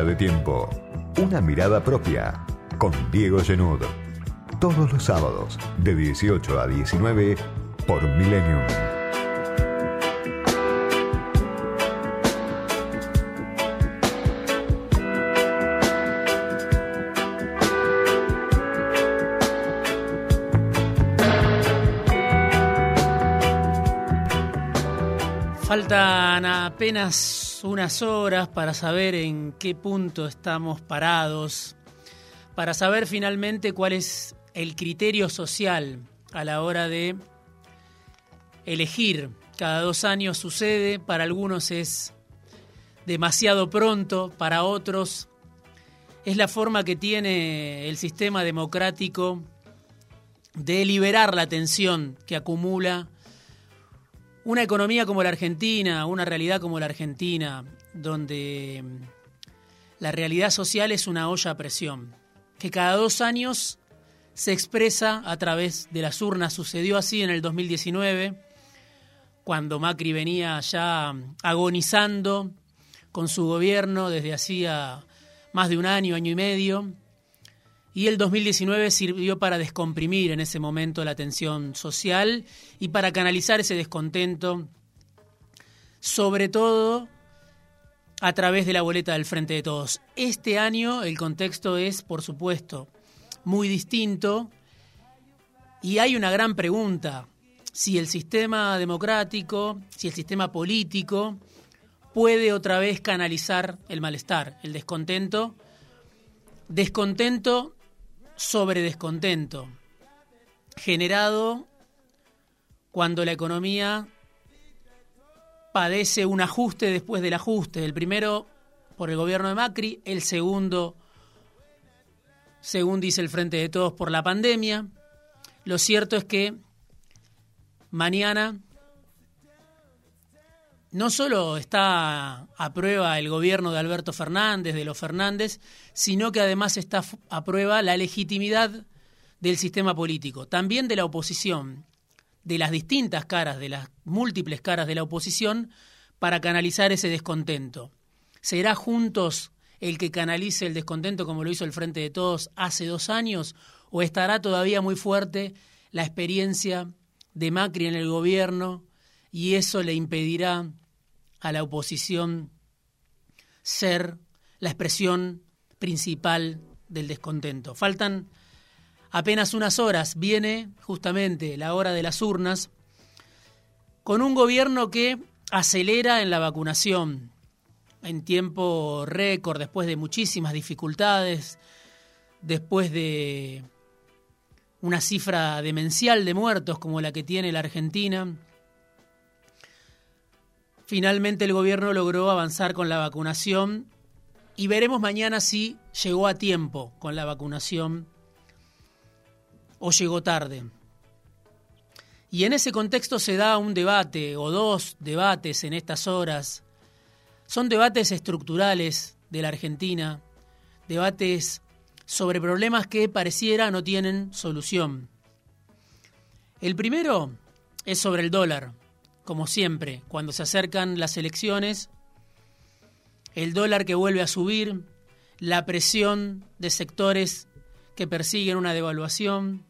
Fuera de tiempo. Una mirada propia. Con Diego Genud. Todos los sábados, de 18 a 19, por Millennium. Faltan apenas unas horas para saber en qué punto estamos parados, para saber finalmente cuál es el criterio social a la hora de elegir. Cada 2 años sucede, para algunos es demasiado pronto, para otros es la forma que tiene el sistema democrático de liberar la tensión que acumula una economía como la Argentina, una realidad como la Argentina, donde la realidad social es una olla a presión, que cada 2 años se expresa a través de las urnas. Sucedió así en el 2019, cuando Macri venía ya agonizando con su gobierno desde hacía más de un año, año y medio, y el 2019 sirvió para descomprimir en ese momento la tensión social y para canalizar ese descontento, sobre todo a través de la boleta del Frente de Todos. Este año el contexto es, por supuesto, muy distinto y hay una gran pregunta: si el sistema democrático, si el sistema político puede otra vez canalizar el malestar, el descontento sobre descontento, generado cuando la economía padece un ajuste después del ajuste. El primero por el gobierno de Macri, el segundo, según dice el Frente de Todos, por la pandemia. Lo cierto es que mañana no solo está a prueba el gobierno de Alberto Fernández, de los Fernández, sino que además está a prueba la legitimidad del sistema político, también de la oposición, de las distintas caras, de las múltiples caras de la oposición, para canalizar ese descontento. ¿Será Juntos el que canalice el descontento como lo hizo el Frente de Todos hace 2 años? ¿O estará todavía muy fuerte la experiencia de Macri en el gobierno y eso le impedirá a la oposición ser la expresión principal del descontento? Faltan apenas unas horas, viene justamente la hora de las urnas, con un gobierno que acelera en la vacunación en tiempo récord, después de muchísimas dificultades, después de una cifra demencial de muertos como la que tiene la Argentina. Finalmente el gobierno logró avanzar con la vacunación y veremos mañana si llegó a tiempo con la vacunación o llegó tarde. Y en ese contexto se da un debate o 2 debates en estas horas. Son debates estructurales de la Argentina, debates sobre problemas que pareciera no tienen solución. El primero es sobre el dólar. Como siempre, cuando se acercan las elecciones, el dólar que vuelve a subir, la presión de sectores que persiguen una devaluación,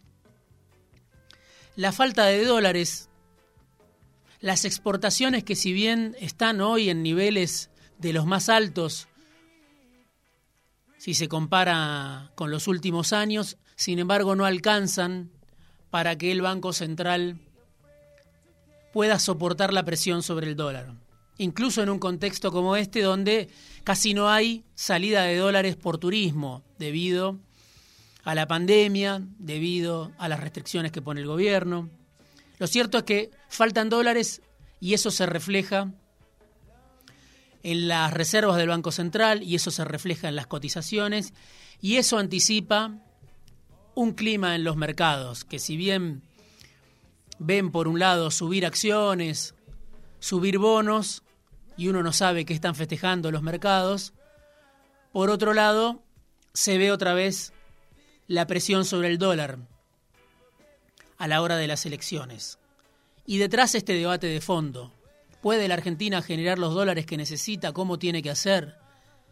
la falta de dólares, las exportaciones que, si bien están hoy en niveles de los más altos, si se compara con los últimos años, sin embargo no alcanzan para que el Banco Central pueda soportar la presión sobre el dólar. Incluso en un contexto como este, donde casi no hay salida de dólares por turismo, debido a la pandemia, debido a las restricciones que pone el gobierno. Lo cierto es que faltan dólares y eso se refleja en las reservas del Banco Central y eso se refleja en las cotizaciones y eso anticipa un clima en los mercados que, si bien ven por un lado subir acciones, subir bonos, y uno no sabe qué están festejando los mercados, por otro lado se ve otra vez la presión sobre el dólar a la hora de las elecciones. Y detrás este debate de fondo: ¿puede la Argentina generar los dólares que necesita? ¿Cómo tiene que hacer?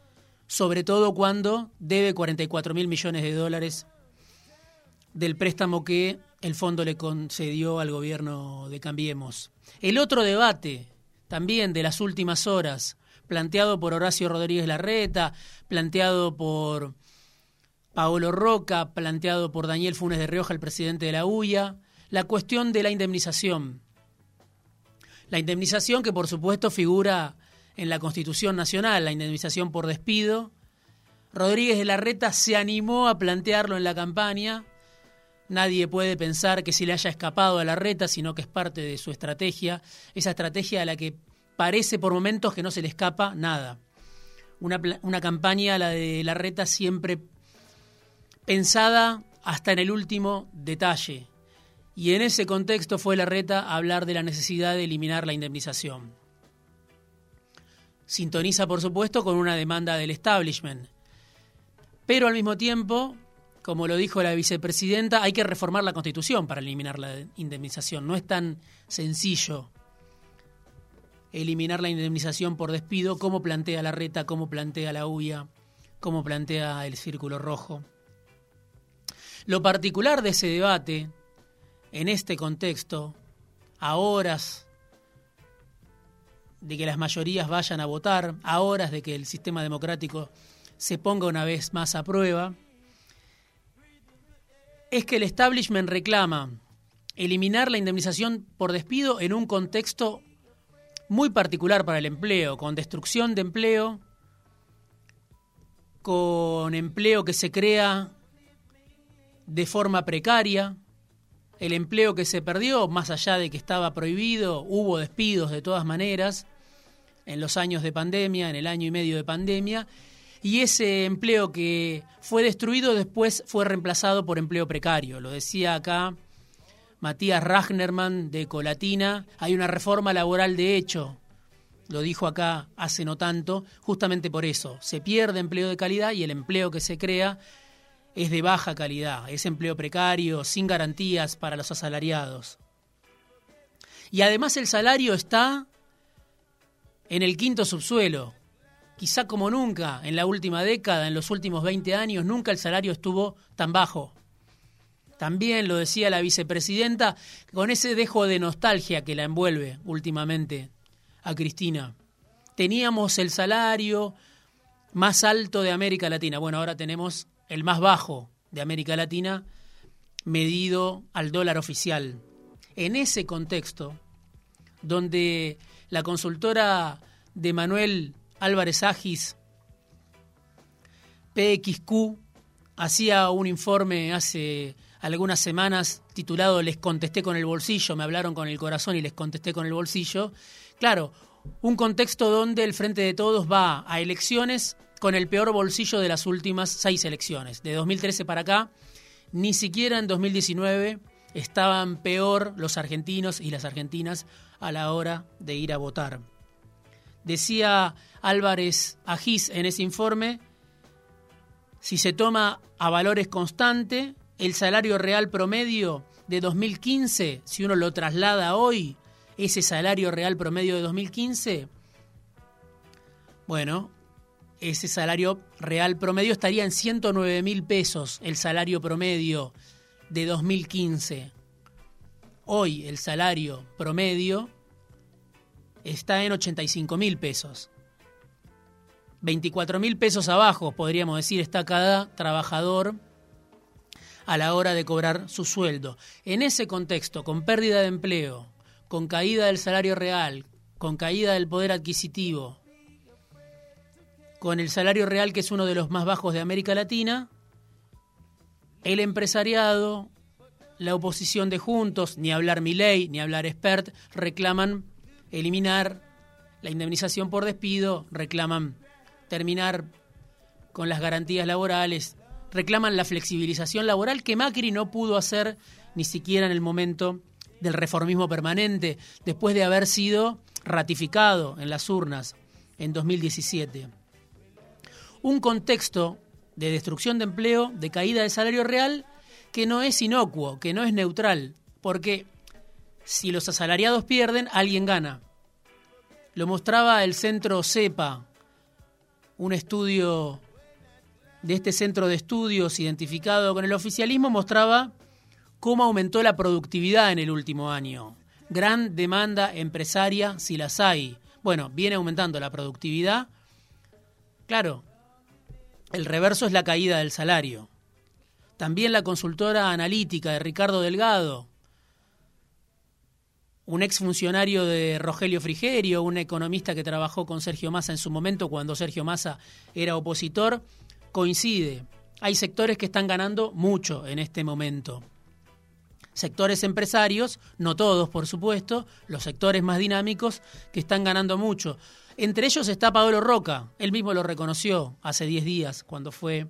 sobre todo cuando debe 44.000 millones de dólares del préstamo que el fondo le concedió al gobierno de Cambiemos. El otro debate, también de las últimas horas, planteado por Horacio Rodríguez Larreta, planteado por Paolo Roca, planteado por Daniel Funes de Rioja, el presidente de la UIA, la cuestión de la indemnización. La indemnización que por supuesto figura en la Constitución Nacional, la indemnización por despido. Rodríguez de Larreta se animó a plantearlo en la campaña. Nadie puede pensar que se le haya escapado a Larreta, sino que es parte de su estrategia, esa estrategia a la que parece por momentos que no se le escapa nada. Una campaña, la de Larreta, siempre pensada hasta en el último detalle. Y en ese contexto fue Larreta a hablar de la necesidad de eliminar la indemnización. Sintoniza, por supuesto, con una demanda del establishment. Pero al mismo tiempo, como lo dijo la vicepresidenta, hay que reformar la Constitución para eliminar la indemnización. No es tan sencillo eliminar la indemnización por despido como plantea Larreta, como plantea la UIA, como plantea el Círculo Rojo. Lo particular de ese debate, en este contexto, a horas de que las mayorías vayan a votar, a horas de que el sistema democrático se ponga una vez más a prueba, es que el establishment reclama eliminar la indemnización por despido en un contexto muy particular para el empleo, con destrucción de empleo, con empleo que se crea de forma precaria. El empleo que se perdió, más allá de que estaba prohibido, hubo despidos de todas maneras en los años de pandemia, en el año y medio de pandemia, y ese empleo que fue destruido después fue reemplazado por empleo precario. Lo decía acá Matías Ragnerman de Colatina, hay una reforma laboral de hecho, lo dijo acá hace no tanto, justamente por eso, se pierde empleo de calidad y el empleo que se crea es de baja calidad, es empleo precario, sin garantías para los asalariados. Y además el salario está en el quinto subsuelo, quizá como nunca en la última década, en los últimos 20 años, nunca el salario estuvo tan bajo. También lo decía la vicepresidenta, con ese dejo de nostalgia que la envuelve últimamente a Cristina. Teníamos el salario más alto de América Latina. Bueno, ahora tenemos el más bajo de América Latina, medido al dólar oficial. En ese contexto, donde la consultora de Manuel Álvarez Agis, PXQ, hacía un informe hace algunas semanas titulado Les contesté con el bolsillo, me hablaron con el corazón y les contesté con el bolsillo. Claro, un contexto donde el Frente de Todos va a elecciones con el peor bolsillo de las últimas 6 elecciones. De 2013 para acá, ni siquiera en 2019 estaban peor los argentinos y las argentinas a la hora de ir a votar. Decía Álvarez Agis en ese informe, si se toma a valores constantes, el salario real promedio de 2015, si uno lo traslada hoy, ese salario real promedio de 2015, bueno, ese salario real promedio estaría en 109.000 pesos, el salario promedio de 2015. Hoy el salario promedio está en 85.000 pesos. 24.000 pesos abajo, podríamos decir, está cada trabajador a la hora de cobrar su sueldo. En ese contexto, con pérdida de empleo, con caída del salario real, con caída del poder adquisitivo, con el salario real que es uno de los más bajos de América Latina, el empresariado, la oposición de Juntos, ni hablar Milei, ni hablar Espert, reclaman eliminar la indemnización por despido, reclaman terminar con las garantías laborales, reclaman la flexibilización laboral que Macri no pudo hacer ni siquiera en el momento del reformismo permanente, después de haber sido ratificado en las urnas en 2017. Un contexto de destrucción de empleo, de caída del salario real, que no es inocuo, que no es neutral, porque si los asalariados pierden, alguien gana. Lo mostraba el centro CEPA, un estudio de este centro de estudios identificado con el oficialismo mostraba cómo aumentó la productividad en el último año. Gran demanda empresaria, si las hay. Bueno, viene aumentando la productividad. Claro, el reverso es la caída del salario. También la consultora analítica de Ricardo Delgado, un exfuncionario de Rogelio Frigerio, un economista que trabajó con Sergio Massa en su momento cuando Sergio Massa era opositor, coincide. Hay sectores que están ganando mucho en este momento. Sectores empresarios, no todos por supuesto, los sectores más dinámicos que están ganando mucho. Entre ellos está Paolo Roca, él mismo lo reconoció hace 10 días cuando fue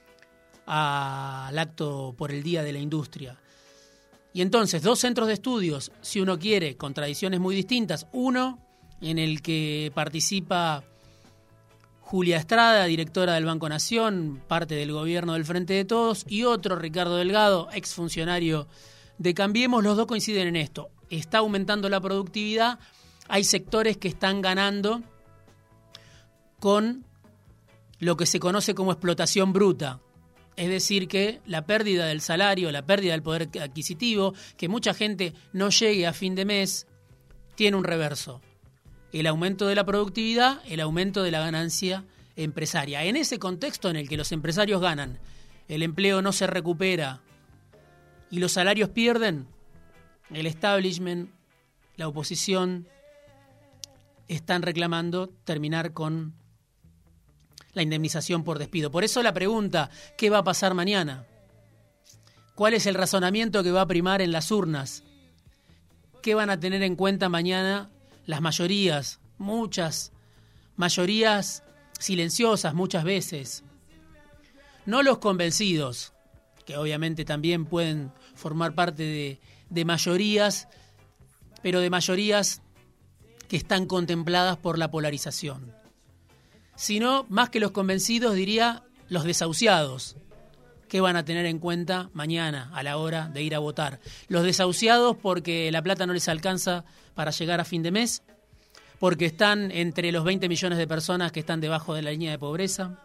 al acto por el Día de la Industria. Y entonces, 2 centros de estudios, si uno quiere, con tradiciones muy distintas. Uno en el que participa Julia Estrada, directora del Banco Nación, parte del gobierno del Frente de Todos, y otro, Ricardo Delgado, exfuncionario de Cambiemos. Los dos coinciden en esto. Está aumentando la productividad, hay sectores que están ganando con lo que se conoce como explotación bruta. Es decir, que la pérdida del salario, la pérdida del poder adquisitivo, que mucha gente no llegue a fin de mes, tiene un reverso. El aumento de la productividad, el aumento de la ganancia empresaria. En ese contexto en el que los empresarios ganan, el empleo no se recupera y los salarios pierden, el establishment, la oposición, están reclamando terminar con la indemnización por despido. Por eso la pregunta, ¿qué va a pasar mañana? ¿Cuál es el razonamiento que va a primar en las urnas? ¿Qué van a tener en cuenta mañana las mayorías? Muchas mayorías silenciosas muchas veces. No los convencidos, que obviamente también pueden formar parte de mayorías, pero de mayorías que están contempladas por la polarización. Sino, más que los convencidos, diría los desahuciados. ¿Qué van a tener en cuenta mañana a la hora de ir a votar? Los desahuciados porque la plata no les alcanza para llegar a fin de mes, porque están entre los 20 millones de personas que están debajo de la línea de pobreza,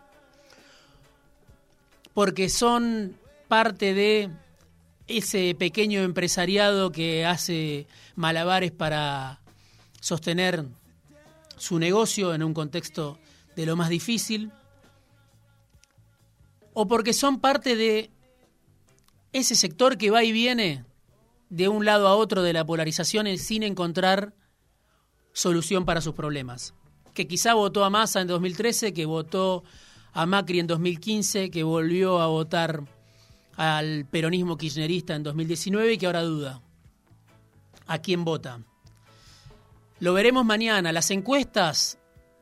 porque son parte de ese pequeño empresariado que hace malabares para sostener su negocio en un contexto de lo más difícil, o porque son parte de ese sector que va y viene de un lado a otro de la polarización sin encontrar solución para sus problemas. Que quizá votó a Massa en 2013, que votó a Macri en 2015, que volvió a votar al peronismo kirchnerista en 2019 y que ahora duda. ¿A quién vota? Lo veremos mañana. Las encuestas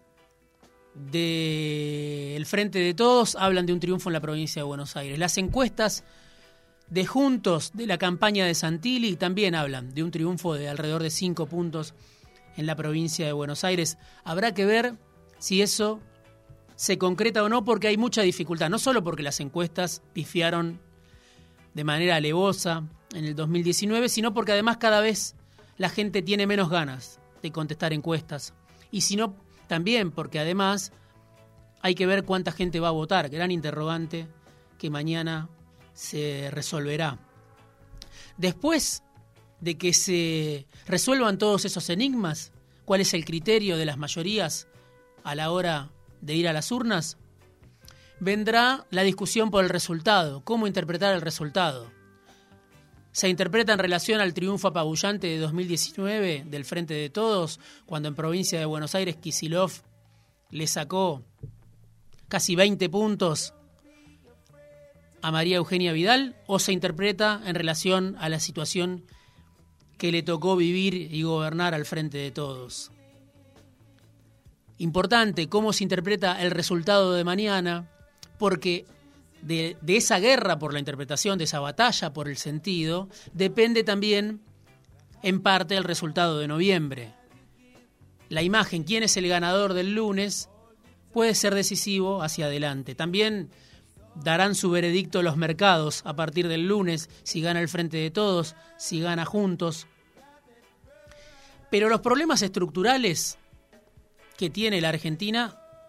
del Frente de Todos hablan de un triunfo en la provincia de Buenos Aires. Las encuestas de Juntos de la campaña de Santilli también hablan de un triunfo de alrededor de 5 puntos en la provincia de Buenos Aires. Habrá que ver si eso se concreta o no, porque hay mucha dificultad, no solo porque las encuestas pifiaron de manera alevosa en el 2019, sino porque además cada vez la gente tiene menos ganas de contestar encuestas, y sino también porque además hay que ver cuánta gente va a votar, gran interrogante que mañana se resolverá. Después de que se resuelvan todos esos enigmas, ¿cuál es el criterio de las mayorías a la hora de ir a las urnas? Vendrá la discusión por el resultado, cómo interpretar el resultado. Se interpreta en relación al triunfo apabullante de 2019 del Frente de Todos, cuando en provincia de Buenos Aires Kicillof le sacó casi 20 puntos a María Eugenia Vidal, o se interpreta en relación a la situación que le tocó vivir y gobernar al Frente de Todos. Importante cómo se interpreta el resultado de mañana, porque de esa guerra por la interpretación, de esa batalla por el sentido, depende también en parte el resultado de noviembre. La imagen, quién es el ganador del lunes, puede ser decisivo hacia adelante. También darán su veredicto los mercados a partir del lunes, si gana el Frente de Todos, si gana Juntos. Pero los problemas estructurales que tiene la Argentina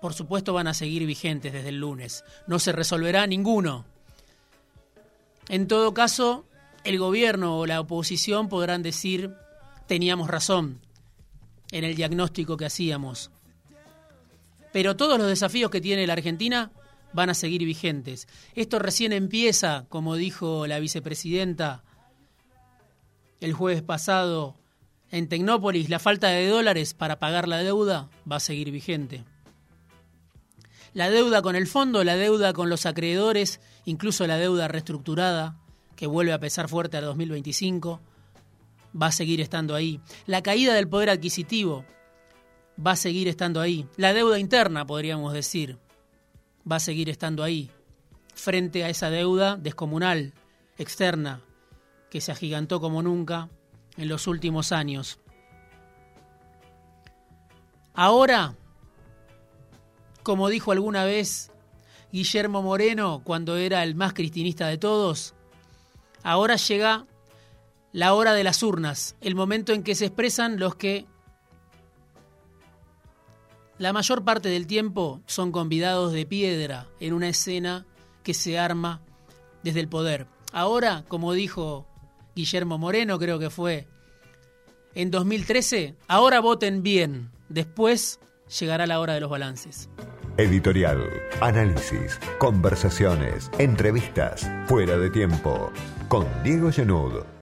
por supuesto van a seguir vigentes desde el lunes. No se resolverá ninguno. En todo caso, el gobierno o la oposición podrán decir, teníamos razón en el diagnóstico que hacíamos. Pero todos los desafíos que tiene la Argentina van a seguir vigentes. Esto recién empieza, como dijo la vicepresidenta el jueves pasado en Tecnópolis, la falta de dólares para pagar la deuda va a seguir vigente. La deuda con el fondo, la deuda con los acreedores, incluso la deuda reestructurada, que vuelve a pesar fuerte al 2025, va a seguir estando ahí. La caída del poder adquisitivo va a seguir estando ahí. La deuda interna, podríamos decir, va a seguir estando ahí, frente a esa deuda descomunal, externa, que se agigantó como nunca en los últimos años. Ahora, como dijo alguna vez Guillermo Moreno, cuando era el más cristinista de todos, ahora llega la hora de las urnas, el momento en que se expresan los que la mayor parte del tiempo son convidados de piedra en una escena que se arma desde el poder. Ahora, como dijo Guillermo Moreno, creo que fue en 2013, ahora voten bien, después llegará la hora de los balances. Editorial, análisis, conversaciones, entrevistas, fuera de tiempo, con Diego Genud.